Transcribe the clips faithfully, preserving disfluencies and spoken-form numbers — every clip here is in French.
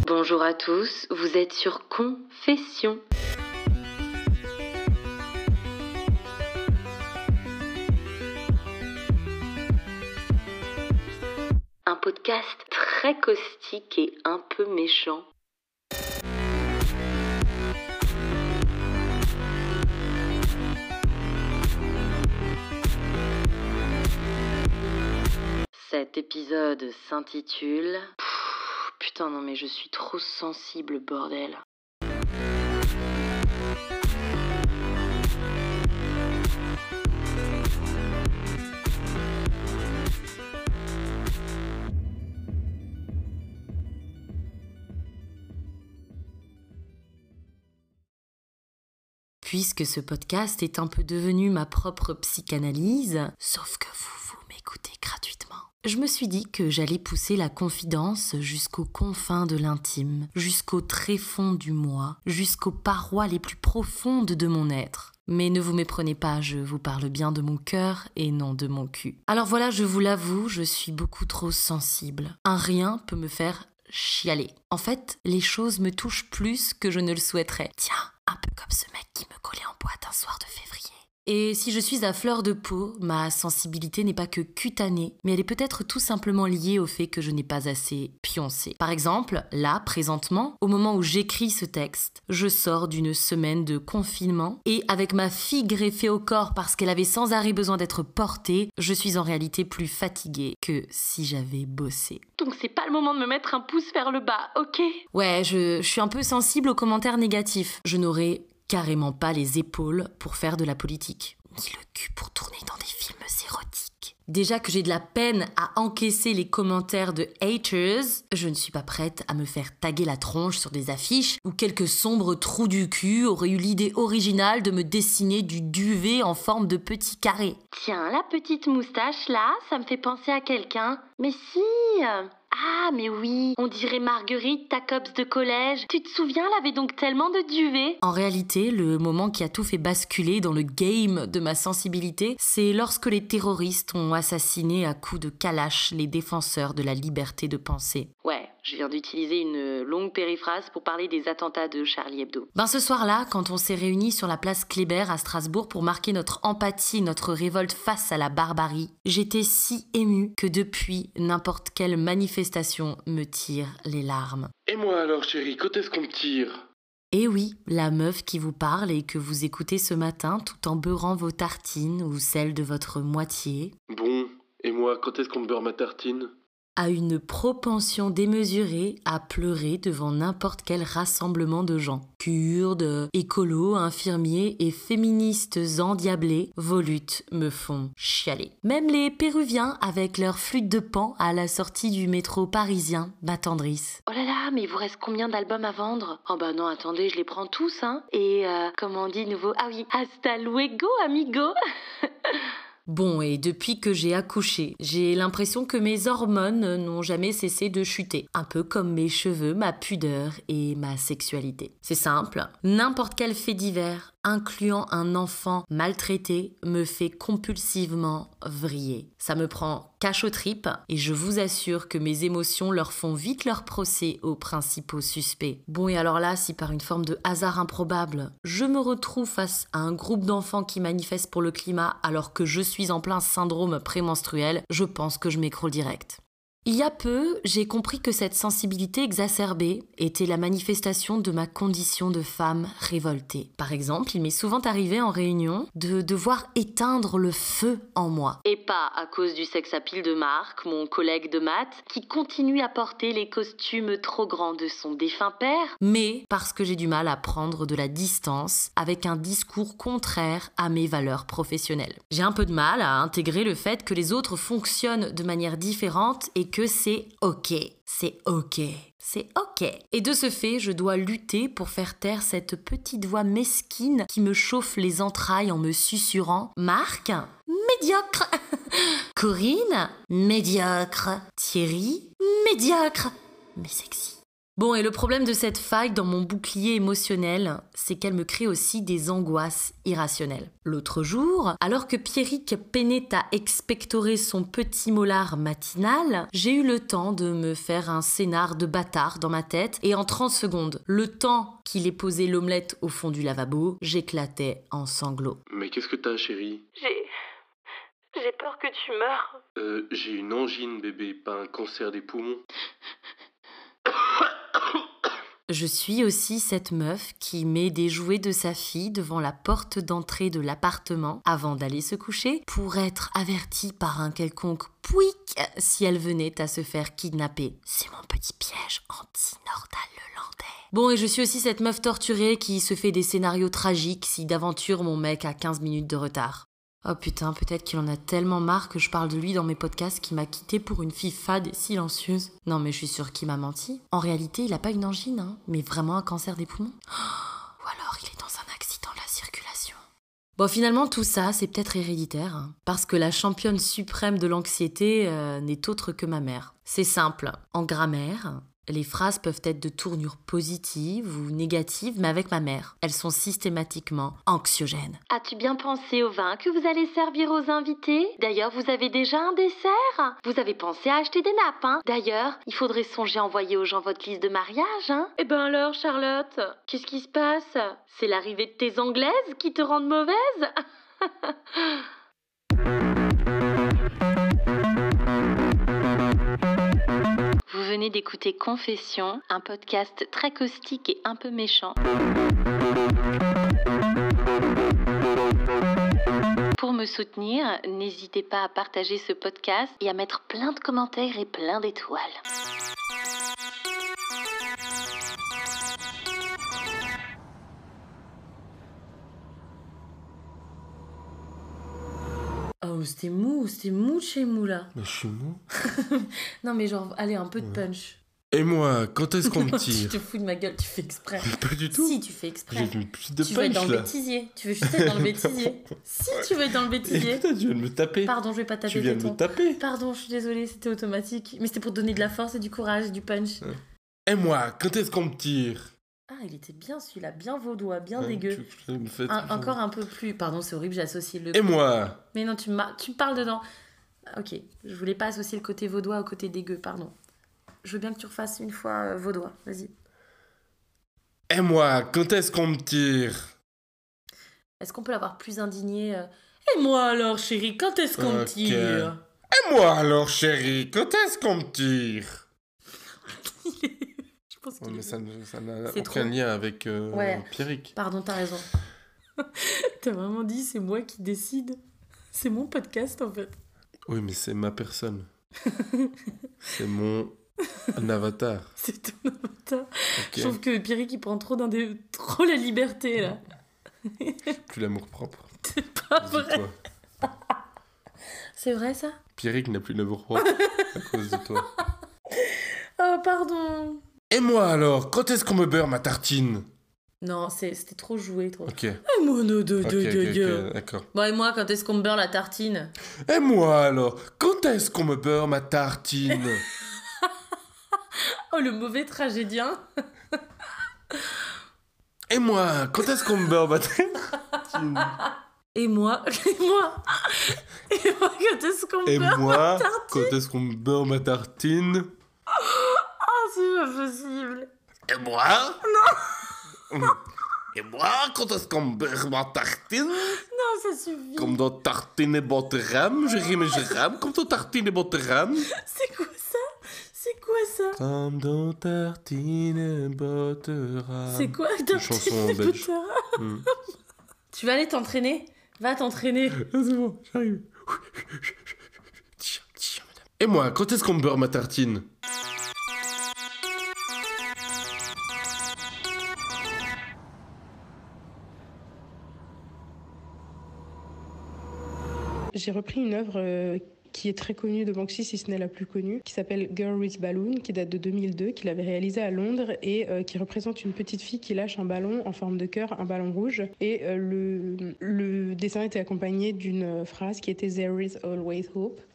Bonjour à tous, vous êtes sur Confession. Un podcast très caustique et un peu méchant. Cet épisode s'intitule... Pff, putain non mais je suis trop sensible bordel. Puisque ce podcast est un peu devenu ma propre psychanalyse, sauf que vous, vous m'écoutez gratuitement, je me suis dit que j'allais pousser la confidence jusqu'aux confins de l'intime, jusqu'au tréfonds du moi, jusqu'aux parois les plus profondes de mon être. Mais ne vous méprenez pas, je vous parle bien de mon cœur et non de mon cul. Alors voilà, je vous l'avoue, je suis beaucoup trop sensible. Un rien peut me faire chialer. En fait, les choses me touchent plus que je ne le souhaiterais. Tiens, un peu comme ce mec qui me collait en boîte un soir de février. Et si je suis à fleur de peau, ma sensibilité n'est pas que cutanée, mais elle est peut-être tout simplement liée au fait que je n'ai pas assez pioncé. Par exemple, là, présentement, au moment où j'écris ce texte, je sors d'une semaine de confinement et avec ma fille greffée au corps parce qu'elle avait sans arrêt besoin d'être portée, je suis en réalité plus fatiguée que si j'avais bossé. Donc c'est pas le moment de me mettre un pouce vers le bas, ok ? Ouais, je, je suis un peu sensible aux commentaires négatifs. Je n'aurais carrément pas les épaules pour faire de la politique, ni le cul pour tourner dans des films érotiques. Déjà que j'ai de la peine à encaisser les commentaires de haters, je ne suis pas prête à me faire taguer la tronche sur des affiches où quelques sombres trous du cul auraient eu l'idée originale de me dessiner du duvet en forme de petit carré. Tiens, la petite moustache là, ça me fait penser à quelqu'un. Mais si... Ah, mais oui, on dirait Marguerite, ta copse de collège. Tu te souviens, elle avait donc tellement de duvet. En réalité, le moment qui a tout fait basculer dans le game de ma sensibilité, c'est lorsque les terroristes ont assassiné à coups de calache les défenseurs de la liberté de penser. Ouais, je viens d'utiliser une longue périphrase pour parler des attentats de Charlie Hebdo. Ben ce soir-là, quand on s'est réunis sur la place Kléber à Strasbourg pour marquer notre empathie, notre révolte face à la barbarie, j'étais si émue que depuis, n'importe quelle manifestation me tire les larmes. Et moi alors chérie, quand est-ce qu'on me tire ? Et oui, la meuf qui vous parle et que vous écoutez ce matin tout en beurrant vos tartines ou celles de votre moitié. Bon, et moi, quand est-ce qu'on me beurre ma tartine ? A une propension démesurée à pleurer devant n'importe quel rassemblement de gens. Kurdes, écolos, infirmiers et féministes endiablés, volutes me font chialer. Même les Péruviens, avec leur flûte de Pan à la sortie du métro parisien, m'attendrissent. Oh là là, mais il vous reste combien d'albums à vendre ? Oh bah non, attendez, je les prends tous, hein. Et, euh, comment on dit nouveau ? Ah oui, hasta luego, amigo. Bon, et depuis que j'ai accouché, j'ai l'impression que mes hormones n'ont jamais cessé de chuter. Un peu comme mes cheveux, ma pudeur et ma sexualité. C'est simple, n'importe quel fait divers, incluant un enfant maltraité, me fait compulsivement vriller. Ça me prend cache aux tripes et je vous assure que mes émotions leur font vite leur procès aux principaux suspects. Bon, et alors là, si par une forme de hasard improbable, je me retrouve face à un groupe d'enfants qui manifestent pour le climat alors que je suis en plein syndrome prémenstruel, je pense que je m'écroule direct. Il y a peu, j'ai compris que cette sensibilité exacerbée était la manifestation de ma condition de femme révoltée. Par exemple, il m'est souvent arrivé en réunion de devoir éteindre le feu en moi. Et pas à cause du sex appeal de Marc, mon collègue de maths, qui continue à porter les costumes trop grands de son défunt père, mais parce que j'ai du mal à prendre de la distance avec un discours contraire à mes valeurs professionnelles. J'ai un peu de mal à intégrer le fait que les autres fonctionnent de manière différente et que que c'est ok, c'est ok, c'est ok. Et de ce fait, je dois lutter pour faire taire cette petite voix mesquine qui me chauffe les entrailles en me susurrant « Marc, médiocre !» Corinne, médiocre. Thierry, médiocre, mais sexy. Bon, et le problème de cette faille dans mon bouclier émotionnel, c'est qu'elle me crée aussi des angoisses irrationnelles. L'autre jour, alors que Pierrick peinait à expectorer son petit molar matinal, j'ai eu le temps de me faire un scénar de bâtard dans ma tête et en trente secondes, le temps qu'il ait posé l'omelette au fond du lavabo, j'éclatais en sanglots. Mais qu'est-ce que t'as, chérie? J'ai... j'ai peur que tu meurs. Euh, j'ai une angine, bébé, pas un cancer des poumons. Je suis aussi cette meuf qui met des jouets de sa fille devant la porte d'entrée de l'appartement avant d'aller se coucher pour être avertie par un quelconque pouic si elle venait à se faire kidnapper. C'est mon petit piège anti-nordal-lelandais. Bon, et je suis aussi cette meuf torturée qui se fait des scénarios tragiques si d'aventure mon mec a quinze minutes de retard. Oh putain, peut-être qu'il en a tellement marre que je parle de lui dans mes podcasts qu'il m'a quittée pour une fille fade et silencieuse. Non mais je suis sûre qu'il m'a menti. En réalité, il a pas une angine, hein, mais vraiment un cancer des poumons. Oh, ou alors il est dans un accident de la circulation. Bon, finalement, tout ça, c'est peut-être héréditaire, hein, parce que la championne suprême de l'anxiété euh, n'est autre que ma mère. C'est simple, en grammaire... les phrases peuvent être de tournure positive ou négative, mais avec ma mère, elles sont systématiquement anxiogènes. As-tu bien pensé au vin que vous allez servir aux invités? D'ailleurs, vous avez déjà un dessert? Vous avez pensé à acheter des nappes, hein? D'ailleurs, il faudrait songer à envoyer aux gens votre liste de mariage, hein? Eh ben alors, Charlotte, qu'est-ce qui se passe? C'est l'arrivée de tes anglaises qui te rendent mauvaise? Vous venez d'écouter Confession, un podcast très caustique et un peu méchant. Pour me soutenir, n'hésitez pas à partager ce podcast et à mettre plein de commentaires et plein d'étoiles. Oh, c'était mou, c'était mou chez mou là. Mais je suis mou. Non mais genre, allez, un peu de punch. Et moi, quand est-ce qu'on me Tu tire? te fous de ma gueule, tu fais exprès. Pas du tout. Si, tu fais exprès. J'ai une plus de Tu veux être dans punch le là. bêtisier. Tu veux juste être dans le bêtisier. Si, tu veux être dans le Et bêtisier. putain, tu viens de me taper. Pardon, je vais pas taper Tu viens tes de tons. me taper. Pardon, je suis désolée, c'était automatique. Mais c'était pour donner de la force et du courage, du punch. Et moi, quand est-ce qu'on me tire? Ah, il était bien celui-là, bien vaudois, bien Ouais, dégueu. tu- tu me fais- Un- encore un peu plus... Pardon, c'est horrible, j'ai associé le... Et moi? Mais non, tu, m'as- tu me parles dedans. Ok, je voulais pas associer le côté vaudois au côté dégueu, pardon. Je veux bien que tu refasses une fois euh, vaudois, vas-y. Et moi, quand est-ce qu'on me tire? Est-ce qu'on peut l'avoir plus indigné euh, Et moi alors, chérie, quand est-ce qu'on me Ok. tire? Et moi alors, chérie, quand est-ce qu'on me tire? Je pense Ouais, qu'il mais est- ça ne- ça n'a C'est aucun trop. lien avec euh, Ouais. Pierrick. Pardon, t'as raison. T'as vraiment dit, c'est moi qui décide. C'est mon podcast, en fait. Oui, mais c'est ma personne. C'est mon avatar. C'est ton avatar. Ok. Je trouve que Pierrick, il prend trop, d'indé... trop la liberté, là. Plus l'amour propre. C'est pas vrai. Dis-toi. C'est vrai, ça? Pierrick n'a plus l'amour propre à cause de toi. Oh, pardon. Et moi alors, quand est-ce qu'on me beurre ma tartine? Non, c'est- c'était trop joué, trop. Ok. Eh, mon de, de, Ok, de, ok, de. ok, d'accord. Bon, et moi, quand est-ce qu'on me beurre la tartine? Et moi alors, quand est-ce qu'on me beurre ma tartine? Oh, le mauvais tragédien. Et moi, quand est-ce qu'on me beurre ma tartine? Et moi, et moi, et moi, quand est-ce qu'on me Et beurre moi, ma tartine? quand est-ce qu'on me beurre ma tartine? Ah, c'est pas possible. Et moi? Non. Et moi, quand est-ce qu'on me beurre ma tartine? Non, ça suffit. Comme dans tartine et boterham, je rime et je rame comme dans tartine et boterham. C'est quoi ça? C'est quoi ça? Comme dans tartine et boterham. C'est quoi Une chanson Tartine de belge. Boutara? Hmm. Tu vas aller t'entraîner? Va t'entraîner. Ah, c'est bon, j'arrive. Et moi, quand est-ce qu'on me beurre ma tartine? J'ai repris une œuvre euh, qui est très connue de Banksy, si ce n'est la plus connue, qui s'appelle Girl with Balloon, qui date de deux mille deux, qu'il avait réalisée à Londres et euh, qui représente une petite fille qui lâche un ballon en forme de cœur, un ballon rouge. Et euh, le, le dessin était accompagné d'une phrase qui était There is always hope. Et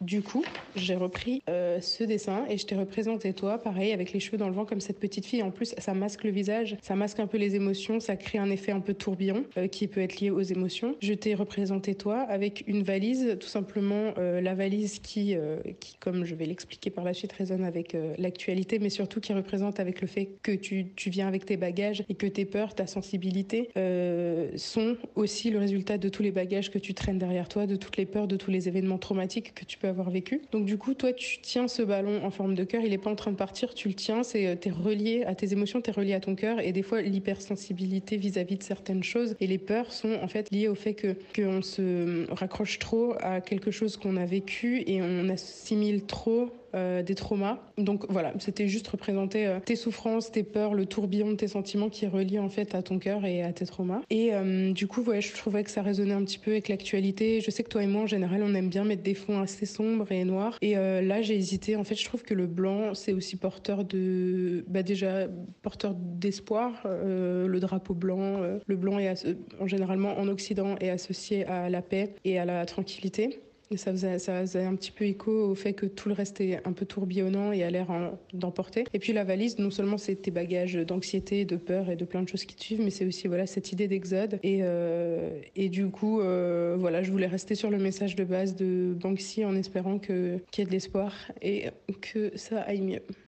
Du coup, j'ai repris euh, ce dessin et je t'ai représenté toi, pareil, avec les cheveux dans le vent comme cette petite fille. En plus, ça masque le visage, ça masque un peu les émotions, ça crée un effet un peu tourbillon euh, qui peut être lié aux émotions. Je t'ai représenté toi avec une valise, tout simplement euh, la valise qui, euh, qui, comme je vais l'expliquer par la suite, résonne avec euh, l'actualité, mais surtout qui représente avec le fait que tu, tu viens avec tes bagages et que tes peurs, ta sensibilité euh, sont aussi le résultat de tous les bagages que tu traînes derrière toi, de toutes les peurs, de tous les événements traumatiques que tu peux avoir vécu. Donc du coup, toi, tu tiens ce ballon en forme de cœur, il est pas en train de partir, tu le tiens, c'est t'es relié à tes émotions, t'es relié à ton cœur, et des fois l'hypersensibilité vis-à-vis de certaines choses et les peurs sont en fait liées au fait que qu'on se raccroche trop à quelque chose qu'on a vécu et on assimile trop Euh, des traumas. Donc voilà, c'était juste représenter euh, tes souffrances, tes peurs, le tourbillon de tes sentiments qui est relié en fait à ton cœur et à tes traumas. Et euh, du coup, ouais, je trouvais que ça résonnait un petit peu avec l'actualité. Je sais que toi et moi, en général, on aime bien mettre des fonds assez sombres et noirs. Et euh, là, j'ai hésité. En fait, je trouve que le blanc, c'est aussi porteur de... Bah déjà, porteur d'espoir. Euh, le drapeau blanc, euh, le blanc est asso- en généralement en Occident est associé à la paix et à la tranquillité. Et ça faisait, ça faisait un petit peu écho au fait que tout le reste est un peu tourbillonnant et a l'air en- d'emporter. Et puis la valise, non seulement c'est tes bagages d'anxiété, de peur et de plein de choses qui te suivent, mais c'est aussi voilà, cette idée d'exode. Et, euh, et du coup, euh, voilà, je voulais rester sur le message de base de Banksy en espérant que, qu'il y ait de l'espoir et que ça aille mieux.